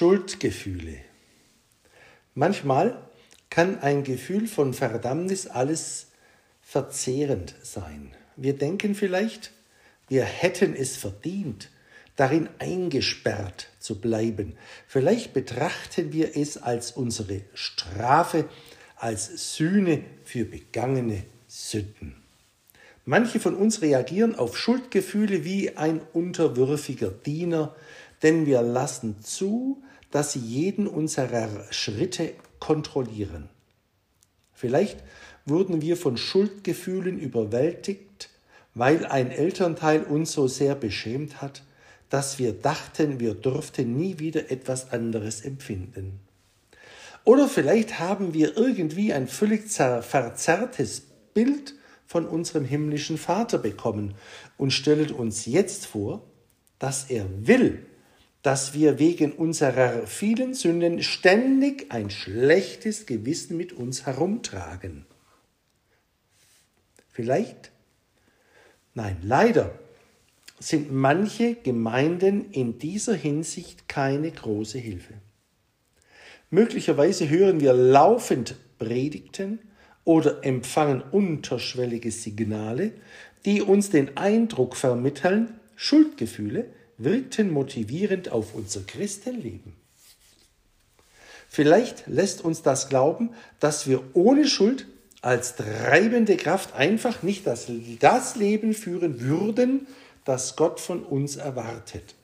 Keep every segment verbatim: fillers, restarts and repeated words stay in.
Schuldgefühle. Manchmal kann ein Gefühl von Verdammnis alles verzehrend sein. Wir denken vielleicht, wir hätten es verdient, darin eingesperrt zu bleiben. Vielleicht betrachten wir es als unsere Strafe, als Sühne für begangene Sünden. Manche von uns reagieren auf Schuldgefühle wie ein unterwürfiger Diener, denn wir lassen zu, dass sie jeden unserer Schritte kontrollieren. Vielleicht wurden wir von Schuldgefühlen überwältigt, weil ein Elternteil uns so sehr beschämt hat, dass wir dachten, wir dürften nie wieder etwas anderes empfinden. Oder vielleicht haben wir irgendwie ein völlig verzerrtes Bild von unserem himmlischen Vater bekommen und stellen uns jetzt vor, dass er will, dass wir wegen unserer vielen Sünden ständig ein schlechtes Gewissen mit uns herumtragen. Vielleicht, nein, leider sind manche Gemeinden in dieser Hinsicht keine große Hilfe. Möglicherweise hören wir laufend Predigten oder empfangen unterschwellige Signale, die uns den Eindruck vermitteln, Schuldgefühle wirkten motivierend auf unser Christenleben. Vielleicht lässt uns das glauben, dass wir ohne Schuld als treibende Kraft einfach nicht das, das Leben führen würden, das Gott von uns erwartet.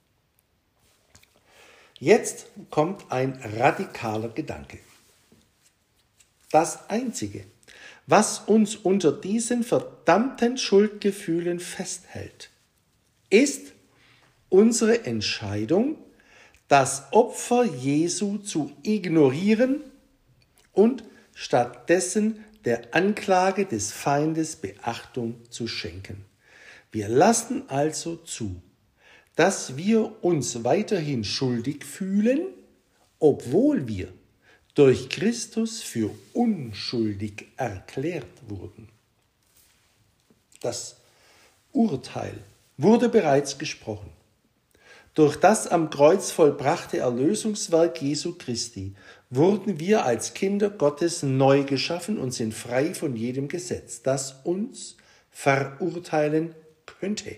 Jetzt kommt ein radikaler Gedanke. Das Einzige, was uns unter diesen verdammten Schuldgefühlen festhält, ist unsere Entscheidung, das Opfer Jesu zu ignorieren und stattdessen der Anklage des Feindes Beachtung zu schenken. Wir lassen also zu, dass wir uns weiterhin schuldig fühlen, obwohl wir durch Christus für unschuldig erklärt wurden. Das Urteil wurde bereits gesprochen. Durch das am Kreuz vollbrachte Erlösungswerk Jesu Christi wurden wir als Kinder Gottes neu geschaffen und sind frei von jedem Gesetz, das uns verurteilen könnte.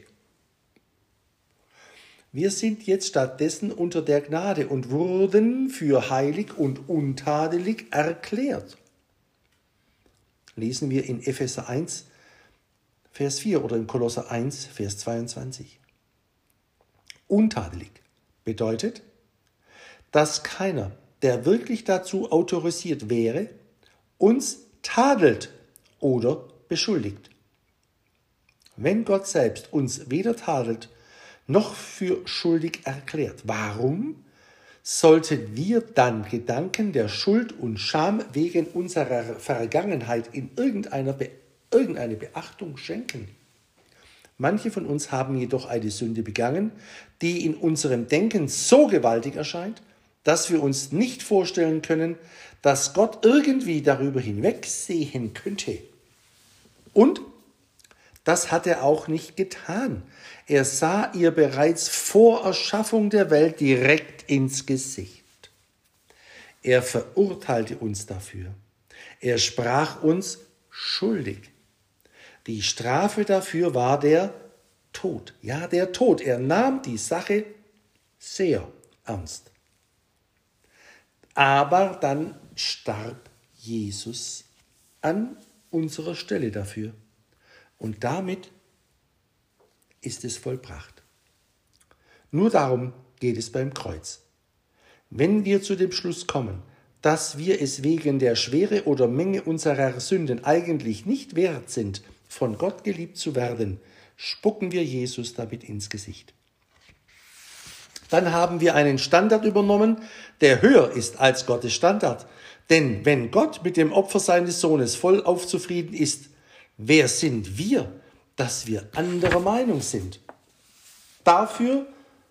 Wir sind jetzt stattdessen unter der Gnade und wurden für heilig und untadelig erklärt. Lesen wir in Epheser eins, Vers vier oder in Kolosser eins, Vers zweiundzwanzig. Untadelig bedeutet, dass keiner, der wirklich dazu autorisiert wäre, uns tadelt oder beschuldigt. Wenn Gott selbst uns weder tadelt noch für schuldig erklärt, warum sollten wir dann Gedanken der Schuld und Scham wegen unserer Vergangenheit in irgendeiner Be- irgendeine Beachtung schenken? Manche von uns haben jedoch eine Sünde begangen, die in unserem Denken so gewaltig erscheint, dass wir uns nicht vorstellen können, dass Gott irgendwie darüber hinwegsehen könnte. Und das hat er auch nicht getan. Er sah ihr bereits vor Erschaffung der Welt direkt ins Gesicht. Er verurteilte uns dafür. Er sprach uns schuldig. Die Strafe dafür war der Tod. Ja, der Tod. Er nahm die Sache sehr ernst. Aber dann starb Jesus an unserer Stelle dafür. Und damit ist es vollbracht. Nur darum geht es beim Kreuz. Wenn wir zu dem Schluss kommen, dass wir es wegen der Schwere oder Menge unserer Sünden eigentlich nicht wert sind, von Gott geliebt zu werden, spucken wir Jesus damit ins Gesicht. Dann haben wir einen Standard übernommen, der höher ist als Gottes Standard. Denn wenn Gott mit dem Opfer seines Sohnes vollauf zufrieden ist, wer sind wir, dass wir anderer Meinung sind? Dafür,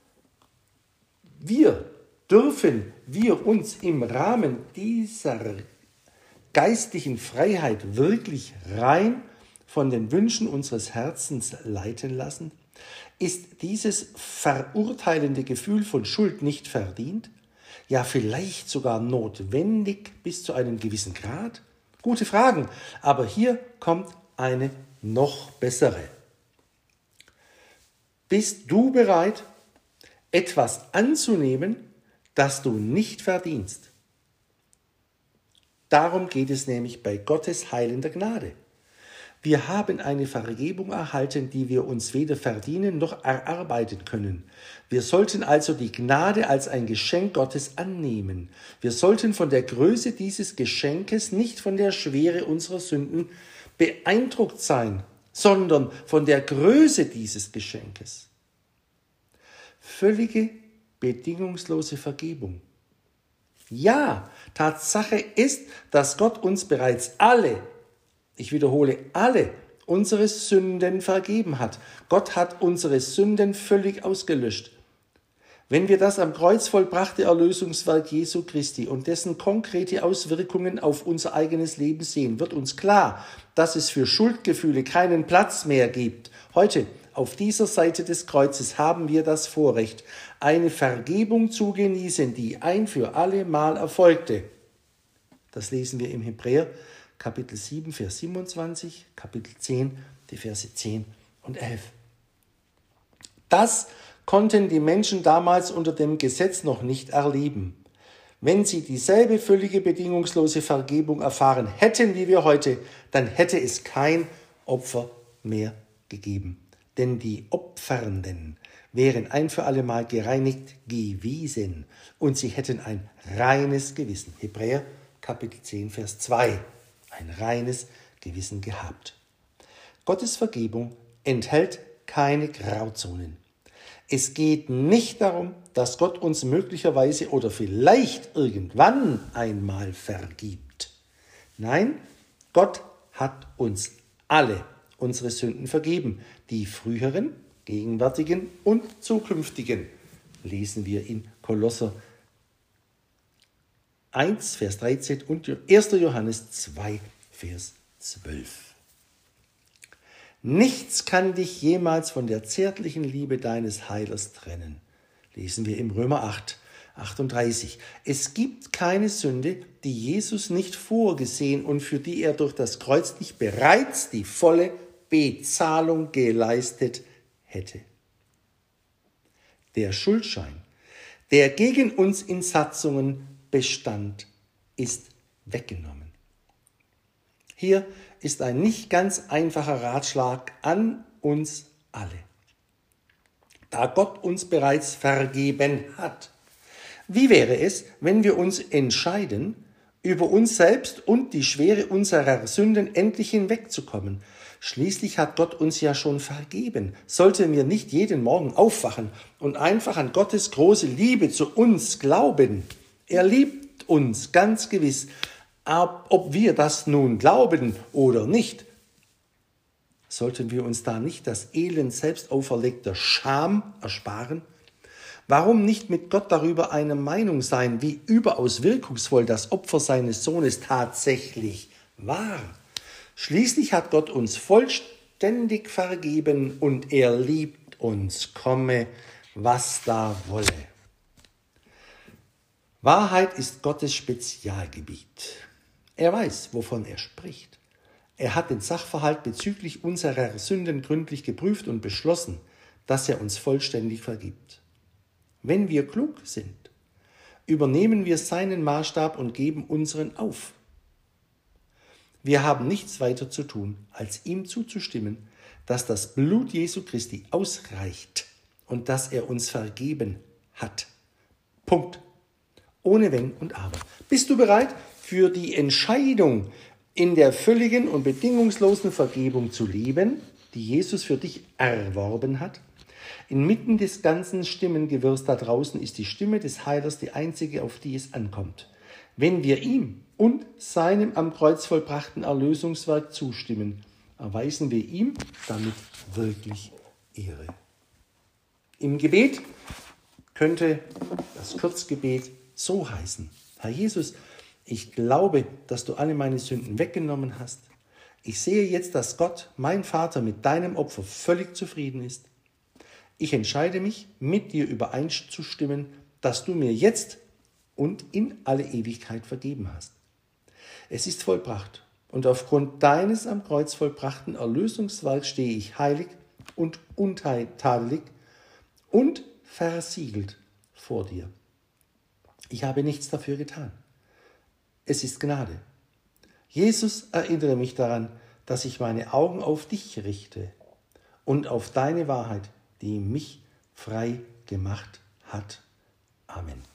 wir dürfen wir uns im Rahmen dieser geistlichen Freiheit wirklich rein von den Wünschen unseres Herzens leiten lassen? Ist dieses verurteilende Gefühl von Schuld nicht verdient? Ja, vielleicht sogar notwendig bis zu einem gewissen Grad? Gute Fragen, aber hier kommt eine noch bessere. Bist du bereit, etwas anzunehmen, das du nicht verdienst? Darum geht es nämlich bei Gottes heilender Gnade. Wir haben eine Vergebung erhalten, die wir uns weder verdienen noch erarbeiten können. Wir sollten also die Gnade als ein Geschenk Gottes annehmen. Wir sollten von der Größe dieses Geschenkes, nicht von der Schwere unserer Sünden beeindruckt sein, sondern von der Größe dieses Geschenkes. Völlige, bedingungslose Vergebung. Ja, Tatsache ist, dass Gott uns bereits alle, ich wiederhole, alle unsere Sünden vergeben hat. Gott hat unsere Sünden völlig ausgelöscht. Wenn wir das am Kreuz vollbrachte Erlösungswerk Jesu Christi und dessen konkrete Auswirkungen auf unser eigenes Leben sehen, wird uns klar, dass es für Schuldgefühle keinen Platz mehr gibt. Heute, auf dieser Seite des Kreuzes, haben wir das Vorrecht, eine Vergebung zu genießen, die ein für alle Mal erfolgte. Das lesen wir im Hebräer Kapitel sieben, Vers siebenundzwanzig, Kapitel zehn, die Verse zehn und elf. Das konnten die Menschen damals unter dem Gesetz noch nicht erleben. Wenn sie dieselbe völlige bedingungslose Vergebung erfahren hätten wie wir heute, dann hätte es kein Opfer mehr gegeben. Denn die Opfernden wären ein für alle Mal gereinigt gewesen und sie hätten ein reines Gewissen. Hebräer Kapitel zehn, Vers zwei. Ein reines Gewissen gehabt. Gottes Vergebung enthält keine Grauzonen. Es geht nicht darum, dass Gott uns möglicherweise oder vielleicht irgendwann einmal vergibt. Nein, Gott hat uns alle unsere Sünden vergeben, die früheren, gegenwärtigen und zukünftigen. Lesen wir in Kolosser eins, Vers dreizehn und erster Johannes zwei, Vers zwölf. Nichts kann dich jemals von der zärtlichen Liebe deines Heilers trennen. Lesen wir im Römer acht, achtunddreißig. Es gibt keine Sünde, die Jesus nicht vorgesehen und für die er durch das Kreuz nicht bereits die volle Bezahlung geleistet hätte. Der Schuldschein, der gegen uns in Satzungen bestand, ist weggenommen. Hier ist ein nicht ganz einfacher Ratschlag an uns alle. Da Gott uns bereits vergeben hat, wie wäre es, wenn wir uns entscheiden, über uns selbst und die Schwere unserer Sünden endlich hinwegzukommen? Schließlich hat Gott uns ja schon vergeben. Sollten wir nicht jeden Morgen aufwachen und einfach an Gottes große Liebe zu uns glauben? Er liebt uns ganz gewiss, ob wir das nun glauben oder nicht. Sollten wir uns da nicht das Elend selbst auferlegter Scham ersparen? Warum nicht mit Gott darüber eine Meinung sein, wie überaus wirkungsvoll das Opfer seines Sohnes tatsächlich war? Schließlich hat Gott uns vollständig vergeben und er liebt uns, komme, was da wolle. Wahrheit ist Gottes Spezialgebiet. Er weiß, wovon er spricht. Er hat den Sachverhalt bezüglich unserer Sünden gründlich geprüft und beschlossen, dass er uns vollständig vergibt. Wenn wir klug sind, übernehmen wir seinen Maßstab und geben unseren auf. Wir haben nichts weiter zu tun, als ihm zuzustimmen, dass das Blut Jesu Christi ausreicht und dass er uns vergeben hat. Punkt. Ohne Wenn und Aber. Bist du bereit für die Entscheidung, in der völligen und bedingungslosen Vergebung zu leben, die Jesus für dich erworben hat? Inmitten des ganzen Stimmengewirrs da draußen ist die Stimme des Heilers die einzige, auf die es ankommt. Wenn wir ihm und seinem am Kreuz vollbrachten Erlösungswerk zustimmen, erweisen wir ihm damit wirklich Ehre. Im Gebet könnte das Kurzgebet so heißen: Herr Jesus, ich glaube, dass du alle meine Sünden weggenommen hast. Ich sehe jetzt, dass Gott, mein Vater, mit deinem Opfer völlig zufrieden ist. Ich entscheide mich, mit dir übereinzustimmen, dass du mir jetzt und in alle Ewigkeit vergeben hast. Es ist vollbracht und aufgrund deines am Kreuz vollbrachten Erlösungswerks stehe ich heilig und untadelig und versiegelt vor dir. Ich habe nichts dafür getan. Es ist Gnade. Jesus, erinnere mich daran, dass ich meine Augen auf dich richte und auf deine Wahrheit, die mich frei gemacht hat. Amen.